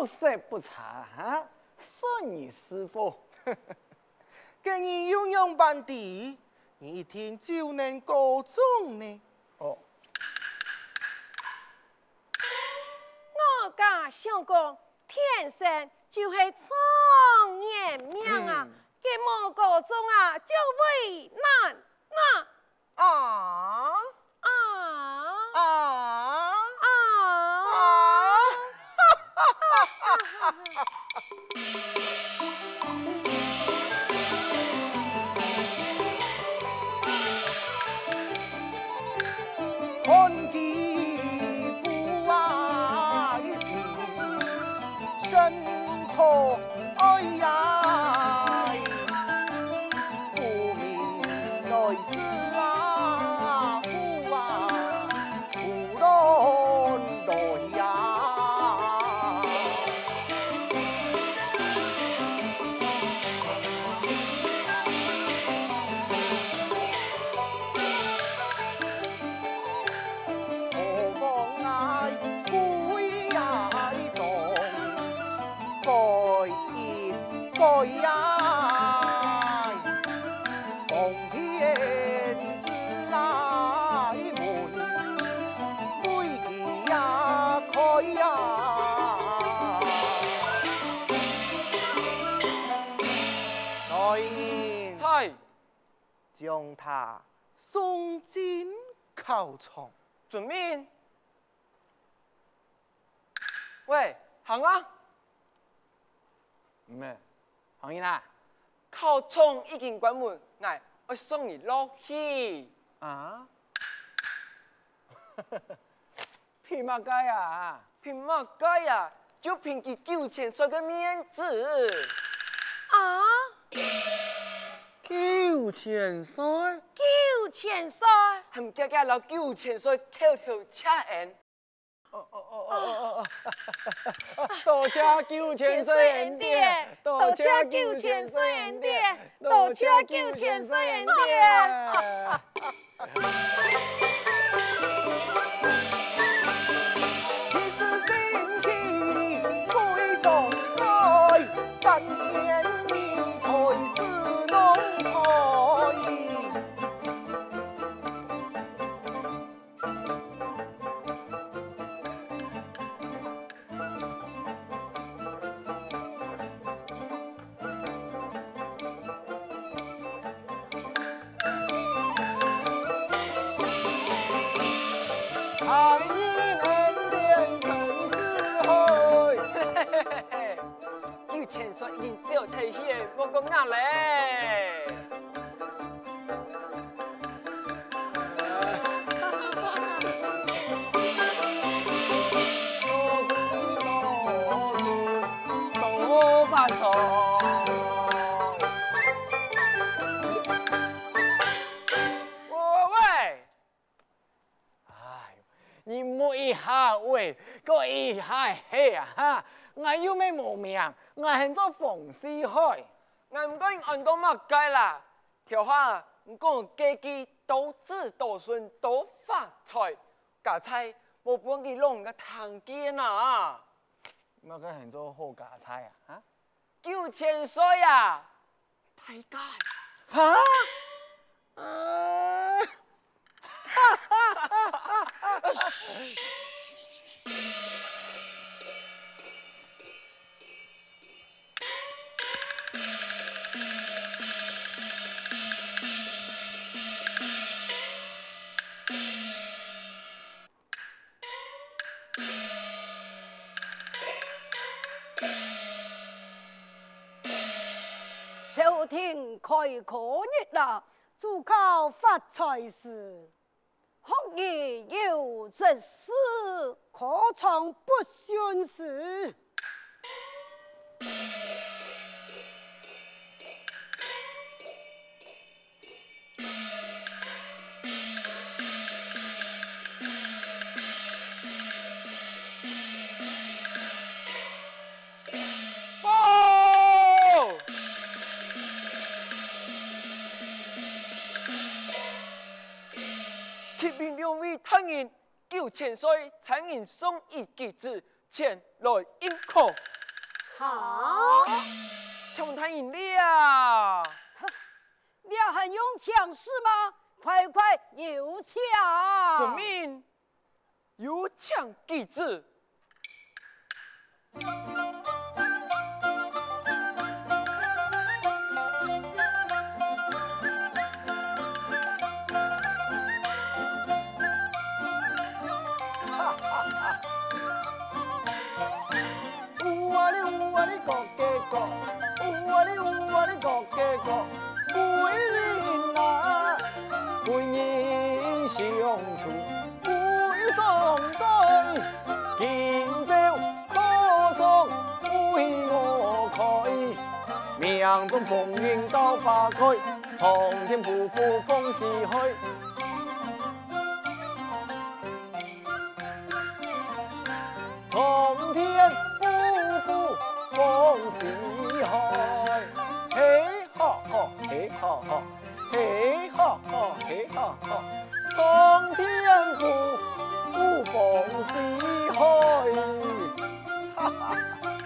口色不差哈，算你师傅。 给你用用板底，你一听就能够中呢。 哦， 我家想讲，天生就是创业命啊，给某个中啊就为难啊啊啊啊！ 看其不爱情，深可爱呀，不明来世啊，苦啊，苦难来呀。哎呀，奉天之来问，为其呀开呀，来人， 菜将他送进考场。 准备。喂，行啊！ 唔係，行啦。 考场已经关门，来，我送你落去。 啊？凭乜解啊？ 凭乜解呀？就凭佢9000岁嘅面子。 啊 9000岁 ！9000岁， 冚家家老9000岁偷偷恰人。 多谢9000岁人爹，多谢9000岁人爹，多谢9000岁人爹。 其实心气贵重在，但愿你才是弄才。爱你能变成是海。 9000岁已经掉退血，莫讲硬嘞。 多犯错。 喂， 唉，你冇一下喂，個一下嘿啊哈！我又咩無命，我係做馮師開。 我唔講按講乜計啦，條下唔講家己多子多孫多發財，家菜冇幫佢弄個堂見啊！ 我個係做好家菜啊！ 9000歲啊，大家嚇？ 朝廷开科日啦，主考发财时，学艺有执事，科场不宣时。 启禀两位太人，9000岁才人送一吉子， 前来应考。 好， 抢谈饮料， 你还用枪是吗？快快有枪！ 奉命有枪击之。 阳中风云高花开，苍天不负风西海。苍天不负风西海，嘿哈哈，嘿哈哈，嘿哈哈，嘿哈哈。苍天不负风西海，哈哈。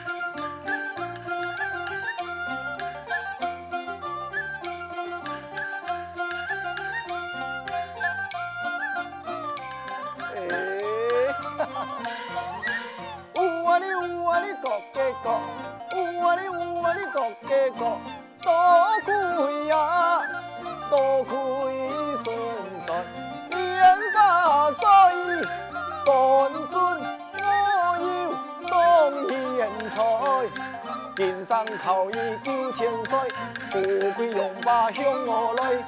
多亏呀，多亏孙孙连家在，孙孙我有当贤才，天上靠一9000岁，富贵永把向我来。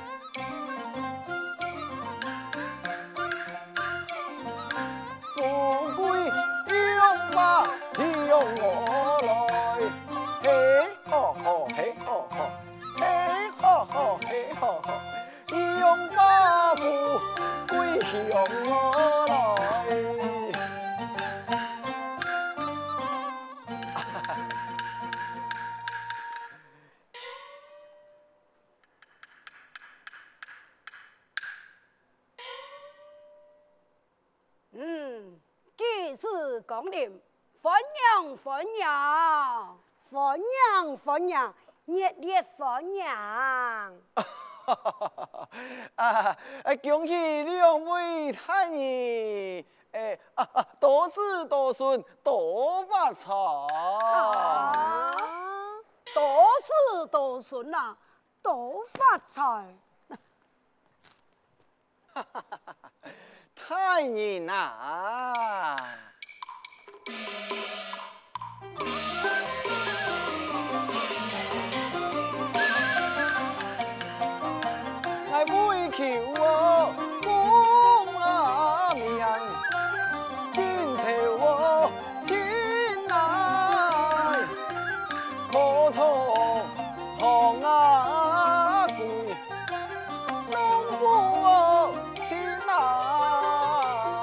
富贵永把向我来，嘿吼吼嘿吼吼，嘿吼吼嘿吼吼，永把富贵向我来。 既是光临，欢迎欢迎，欢迎欢迎，热烈欢迎！ 恭喜两位大人，多子多孙多发财。 多子多孙啊，多发财！ 大人啊！来为求我公阿命，今朝我天来，可从红阿贵，弄我心来。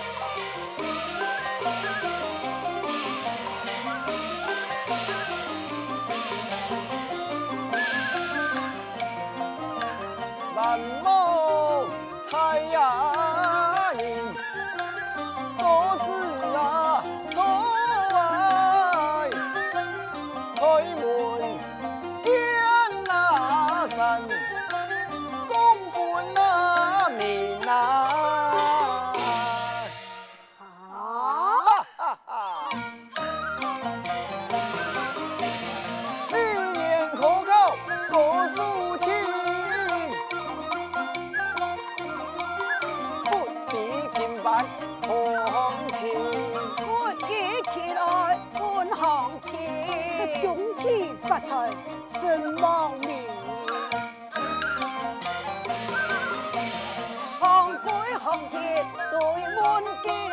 南无太阳人，多事啊多爱，开门见那神，公本那面啊！哈哈哈！一年可考多数清。行情， 活起起来看行情，恭喜发财身亡命，行归行前对满街，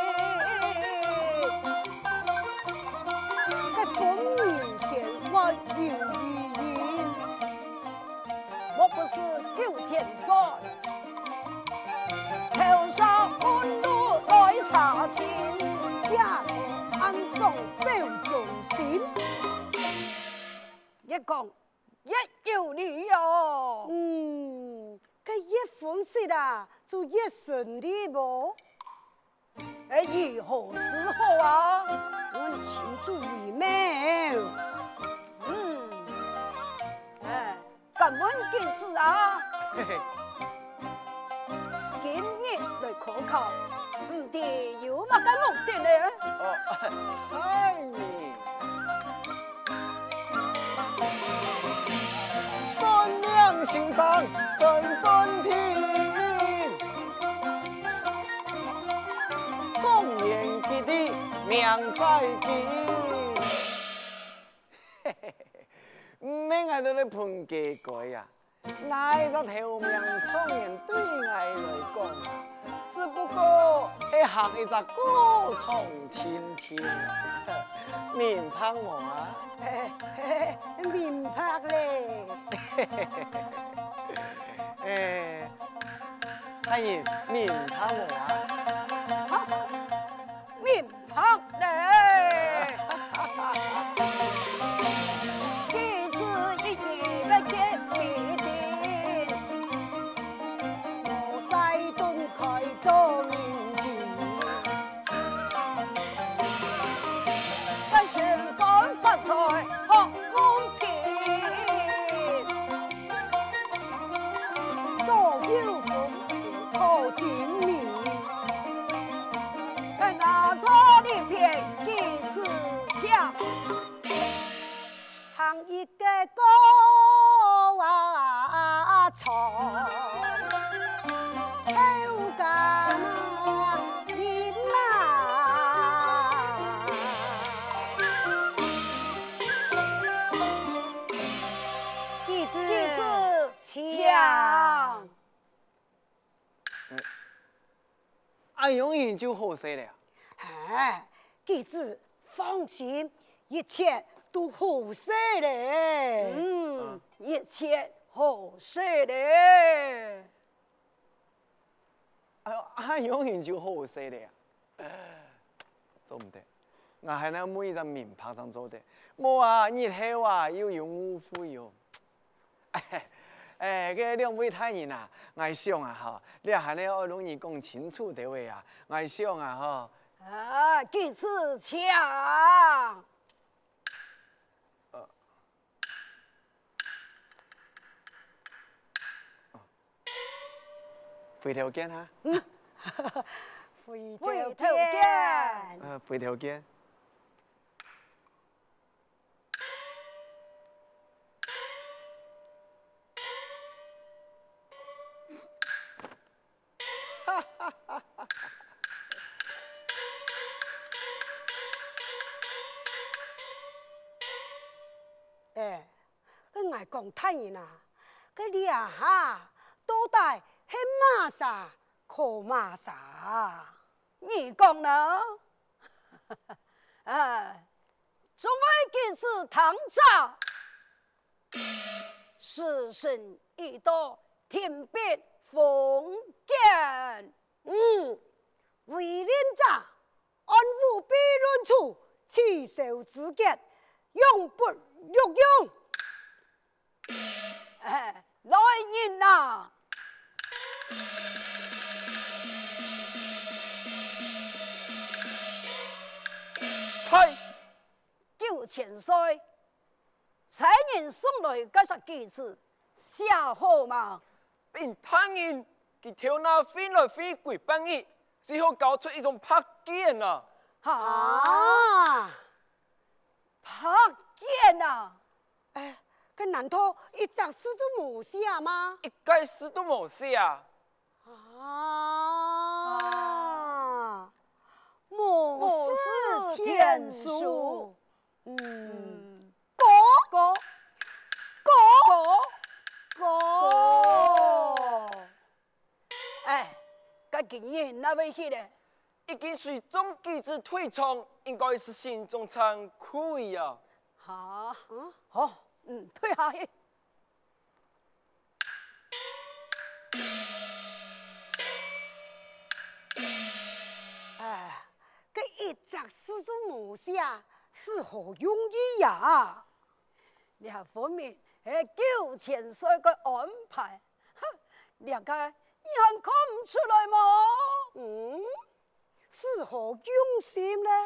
在风面前我有意言，我不是9000岁。头上安路来查清，家庭安放表忠心。一讲一有理哦。这一婚事啊，就一顺利不？如何是好啊？ 问问几次啊？ 嘿嘿， 今日来可靠，唔知有乜嘅目的呢？ 哦，爱你。善良心肠，深深听，忠言逆耳，命在肩。嘿嘿嘿，唔免喺度咧喷鸡改呀，那一个头名创言对我来讲啊，只不過係行一隻歌唱天天啊，明白冇啊？ 明白咧。 誒，太爺明白冇啊？ 明白咧。其實一言不見必定，我西東開咗面前，不算講發財學安健，做標本靠見面，拿錯呢片幾次槍。行一個歌啊唱，好感熱鬧。幾次槍， 阿永遠就好些了。 哎，幾次放心，一切都好些嘞。一切好些嘞。 哎呦，阿永遠就好些了。做唔得，我係那每一個名牌上做的，冇啊，日後啊要用誤會喲。嗰兩位太人啊，我想啊哈，你係你我容易講清楚啲位啊，我想啊哈。 啊，幾次槍。 回頭見哈。 回頭見。 回頭見。 我講太人啊，佢哋啊哈，到底係馬啥，靠馬啥？你講呢？作為件事堂長，時辰已到，天邊風見。為人者，安撫必論處，持守之節，永不辱用。來人啊！ 係 9000歲，才人送來嗰十幾次，下好嘛？ 並他人佢跳那飛來飛鬼半夜，最後搞出一種拍劍啊！ 拍劍啊！佢難道一隻事都冇寫嗎？ 一件事都冇寫啊！ 冇事天書。佢竟然那位去咧？ 已經隨中機子退場，應該是心中慚愧啊！ 好，退下去。這一隻事都冇寫，是何用意呀？你係分明係9000歲嘅安排，你看你還看唔出來嗎？是何用心呢？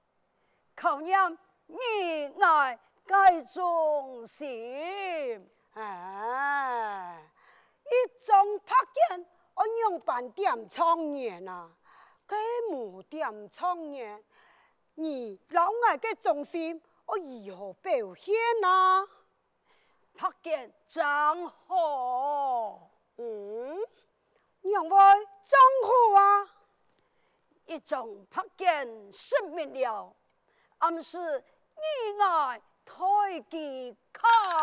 考驗你愛該忠心。 哎，一种拍见我用办点创业啊，佢无点创业，你老外嘅重心我如何表现啊？ 拍见真好， 让我真好啊！ 一种拍见生命了，暗示意外推技巧。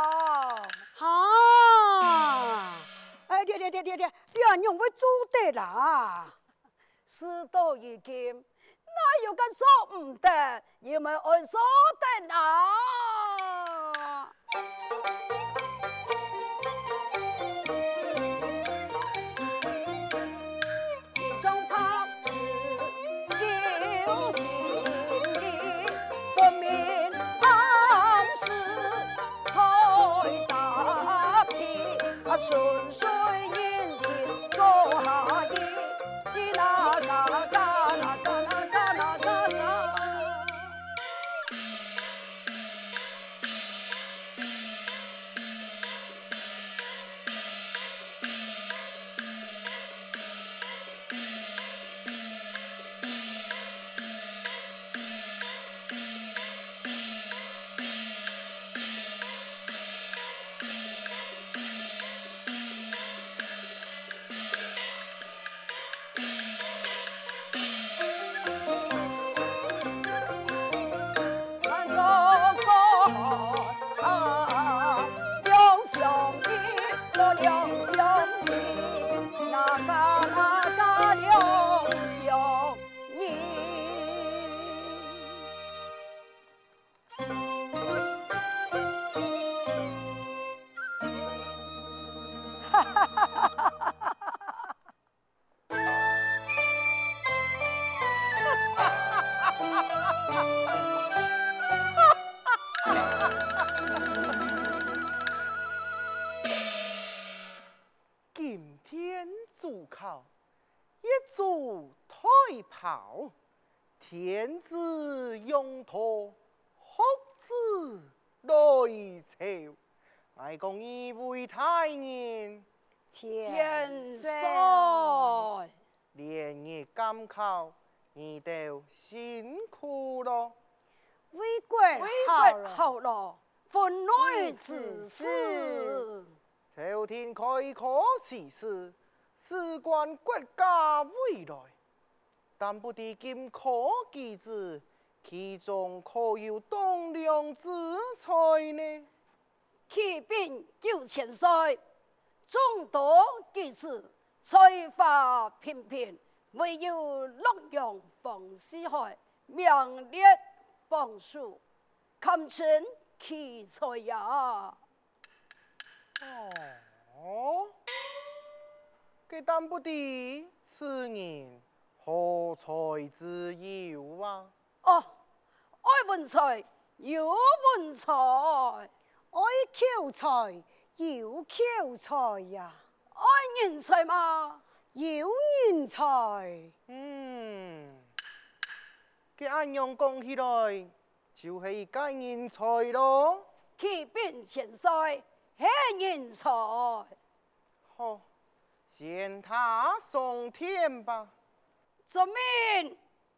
哈！哎，对，你还用我做得啦？ 事到如今，哪有敢说唔得？要咪爱说得啦？一种拍子有心意，分明暗示开大屁，顺水引情做下意，你那嘎嘎那嘎那嘎那嘎那。 今天主考，一组退跑，天子用托，学子来朝。我讲一位太人， 千岁， 连日赶考，你都辛苦了。 为国为好国了， 好了，分内之事。 朝廷开科试试，事关国家未来，但不知今科举子，其中可有栋梁之才呢？ 启禀9000岁，众多举子才华平平，唯有洛阳冯思海名列榜首，堪称奇才呀！ 哦，这但不知此人何才之有啊？ 哦，爱文才有文才， 爱口才有口才呀， 爱人才嘛， 有人才。 这按样讲起来，就是一个人才咯。 启禀千岁，是人才。 好，先他上天吧。 遵命。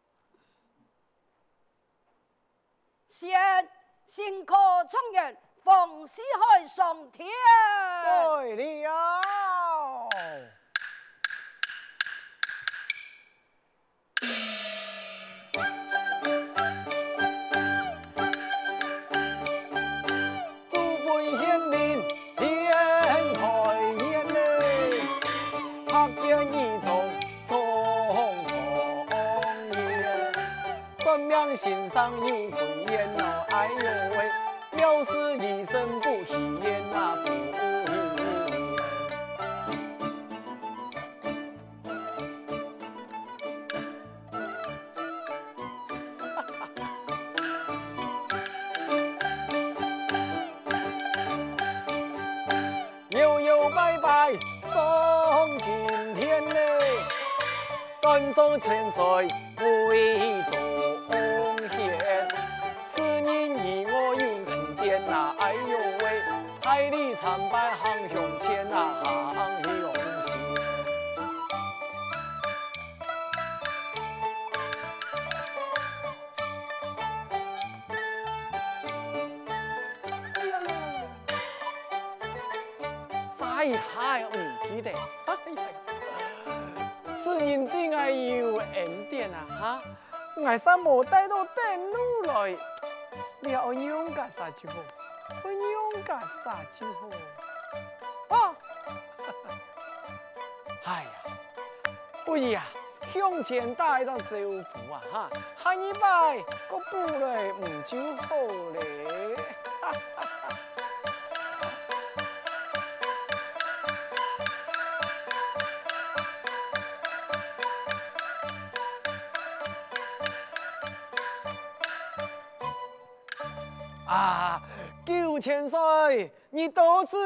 先新科状元冯思海上天。 对了。心上有鬼言呐，哎呦喂，要是一生不许言呐，不悠悠拜拜送今天嘞，断送千岁为宗。此人与我有恩典呐，哎呦喂，海里参拜。 嗨，唔记得，哎呀，是人对我有恩典啊哈！我啥无带到电路来，你要用个啥就好，我用个啥就好。啊！哎呀，不呀，向前带到招呼啊哈，下一摆个步来唔就好咧。啊，9000岁，你都是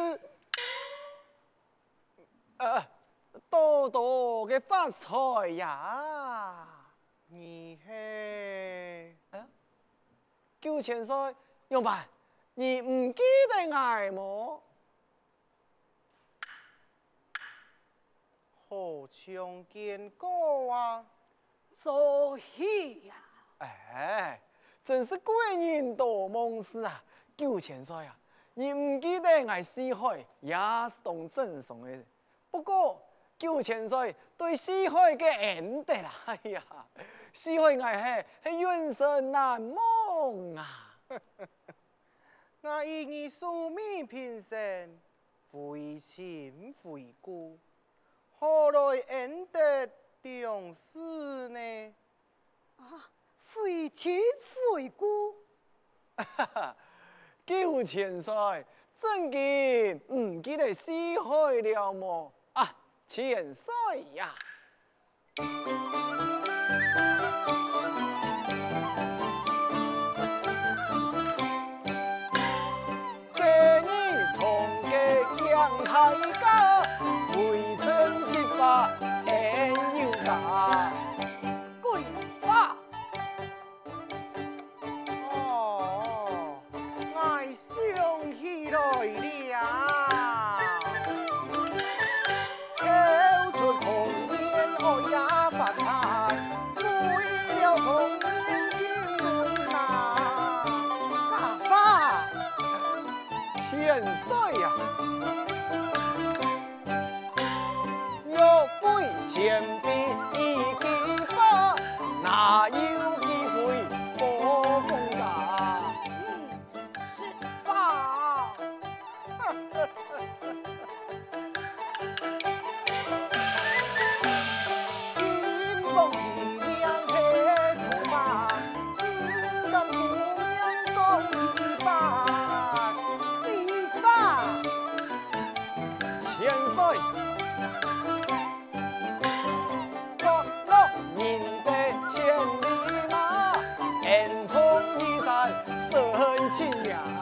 多多嘅发财呀！ 你嘿， 9000岁，用办？你唔记得我么？ 好像见过啊。 所以呀， 哎，真是贵人多梦事啊！9000岁啊，你唔记得我四海也是当正常的。不过9000岁对四海嘅恩德啦，哎呀，四海我係永生難忘啊！ 我以你寿命平生，非亲非故，何来恩德良师呢？ 非亲非故， 9000岁，真嘅唔記得四海了麼？啊，1000歲呀！給你從嘅楊太家，回春結發恩要假。 桂花， 哦，我想起來了，跳出紅顏我也不怕，為了紅顏見對馬。 假花， 1000歲呀！若非前邊一幾把，哪有機會播風假？ 是吧？ 金鳳一樣配驸馬，金金姑娘共一把。 地花， 1000歲，落人的千里馬，恩寵一山深情呀。